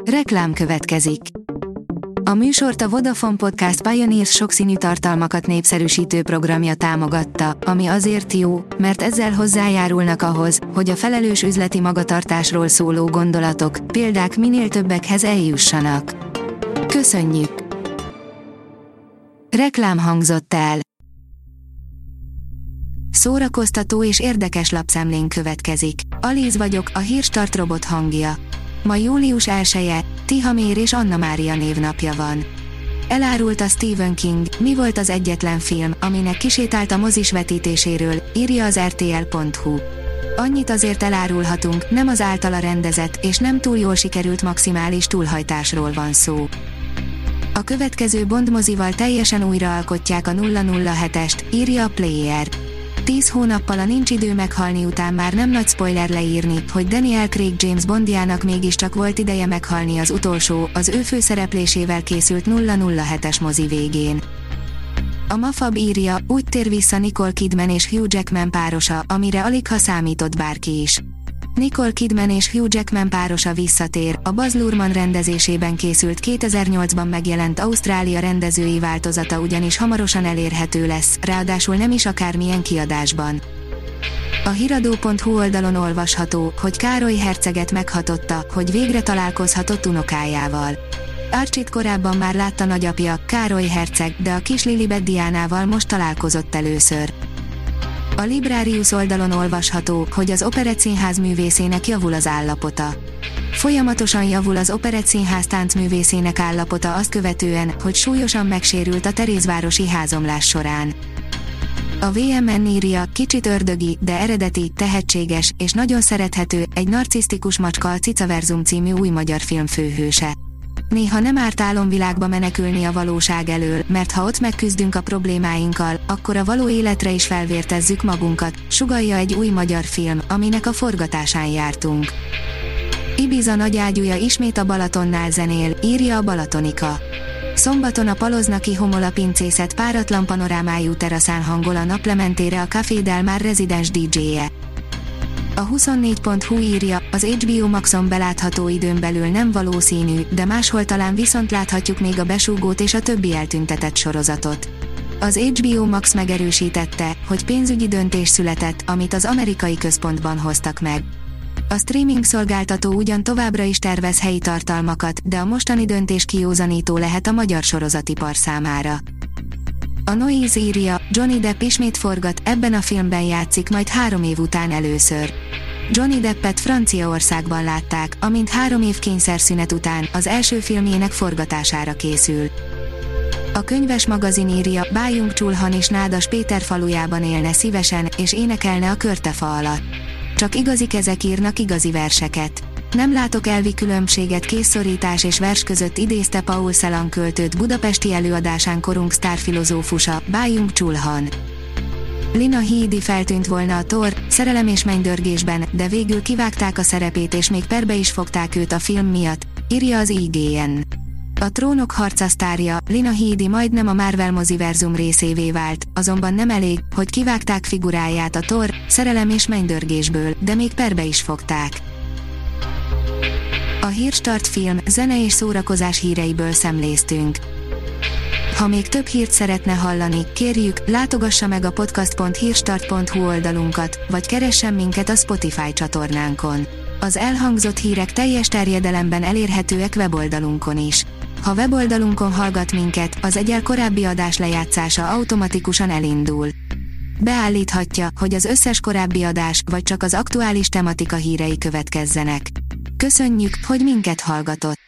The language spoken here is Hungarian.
Reklám következik. A műsort a Vodafone Podcast Pioneers sokszínű tartalmakat népszerűsítő programja támogatta, ami azért jó, mert ezzel hozzájárulnak ahhoz, hogy a felelős üzleti magatartásról szóló gondolatok, példák minél többekhez eljussanak. Köszönjük! Reklám hangzott el. Szórakoztató és érdekes lapszemlén következik. Alíz vagyok, a Hírstart robot hangja. Ma július 1-e, Tihamér és Anna Mária névnapja van. Elárulta Stephen King, mi volt az egyetlen film, aminek kisétált a mozis vetítéséről, írja az rtl.hu. Annyit azért elárulhatunk, nem az általa rendezett, és nem túl jól sikerült maximális túlhajtásról van szó. A következő Bond mozival teljesen újraalkotják a 007-est, írja a Player. 10 hónappal a Nincs idő meghalni után már nem nagy spoiler leírni, hogy Daniel Craig James Bondjának mégiscsak volt ideje meghalni az utolsó, az ő főszereplésével készült 007-es mozi végén. A Mafab írja, úgy tér vissza Nicole Kidman és Hugh Jackman párosa, amire aligha számított bárki is. Nicole Kidman és Hugh Jackman párosa visszatér, a Baz Luhrmann rendezésében készült 2008-ban megjelent Ausztrália rendezői változata ugyanis hamarosan elérhető lesz, ráadásul nem is akármilyen kiadásban. A hiradó.hu oldalon olvasható, hogy Károly herceget meghatotta, hogy végre találkozhatott unokájával. Archie-t korábban már látta nagyapja, Károly herceg, de a kis Lilibet Diánával most találkozott először. A Librarius oldalon olvasható, hogy az Operettszínház művészének javul az állapota. Folyamatosan javul az Operettszínház táncművészének állapota azt követően, hogy súlyosan megsérült a Terézvárosi házomlás során. A VMN írja, kicsit ördögi, de eredeti, tehetséges, és nagyon szerethető, egy narcisztikus macska a Cicaverzum című új magyar film főhőse. Néha nem árt álomvilágba menekülni a valóság elől, mert ha ott megküzdünk a problémáinkkal, akkor a való életre is felvértezzük magunkat, sugallja egy új magyar film, aminek a forgatásán jártunk. Ibiza nagyágyúja ismét a Balatonnál zenél, írja a Balatonika. Szombaton a paloznaki Homola pincészet páratlan panorámájú teraszán hangol a naplementére a Café Del Mar rezidens DJ-je. A 24.hu írja, az HBO Maxon belátható időn belül nem valószínű, de máshol talán viszont láthatjuk még a Besúgót és a többi eltüntetett sorozatot. Az HBO Max megerősítette, hogy pénzügyi döntés született, amit az amerikai központban hoztak meg. A streaming szolgáltató ugyan továbbra is tervez helyi tartalmakat, de a mostani döntés kijózanító lehet a magyar sorozatipar számára. A Noise írja, Johnny Depp ismét forgat, ebben a filmben játszik majd 3 év után először. Johnny Deppet Franciaországban látták, amint 3 év kényszerszünet után az első filmjének forgatására készül. A Könyves magazin írja, Bájunk-Chul Han és Nádas Péter falujában élne szívesen, és énekelne a körtefa alatt. Csak igazi kezek írnak igazi verseket. Nem látok elvi különbséget készszorítás és vers között, idézte Paul Celan költőt budapesti előadásán korunk sztárfilozófusa, Bájunk-Chul Han. Lina Headey feltűnt volna a Thor, Szerelem és mennydörgésben, de végül kivágták a szerepét és még perbe is fogták őt a film miatt, írja az IGN. A Trónok harca sztárja, Lina Headey majdnem a Marvel moziverzum részévé vált, azonban nem elég, hogy kivágták figuráját a Thor, Szerelem és mennydörgésből, de még perbe is fogták. A Hírstart film, zene és szórakozás híreiből szemléztünk. Ha még több hírt szeretne hallani, kérjük, látogassa meg a podcast.hírstart.hu oldalunkat, vagy keressen minket a Spotify csatornánkon. Az elhangzott hírek teljes terjedelemben elérhetőek weboldalunkon is. Ha weboldalunkon hallgat minket, az egyel korábbi adás lejátszása automatikusan elindul. Beállíthatja, hogy az összes korábbi adás, vagy csak az aktuális tematika hírei következzenek. Köszönjük, hogy minket hallgatott!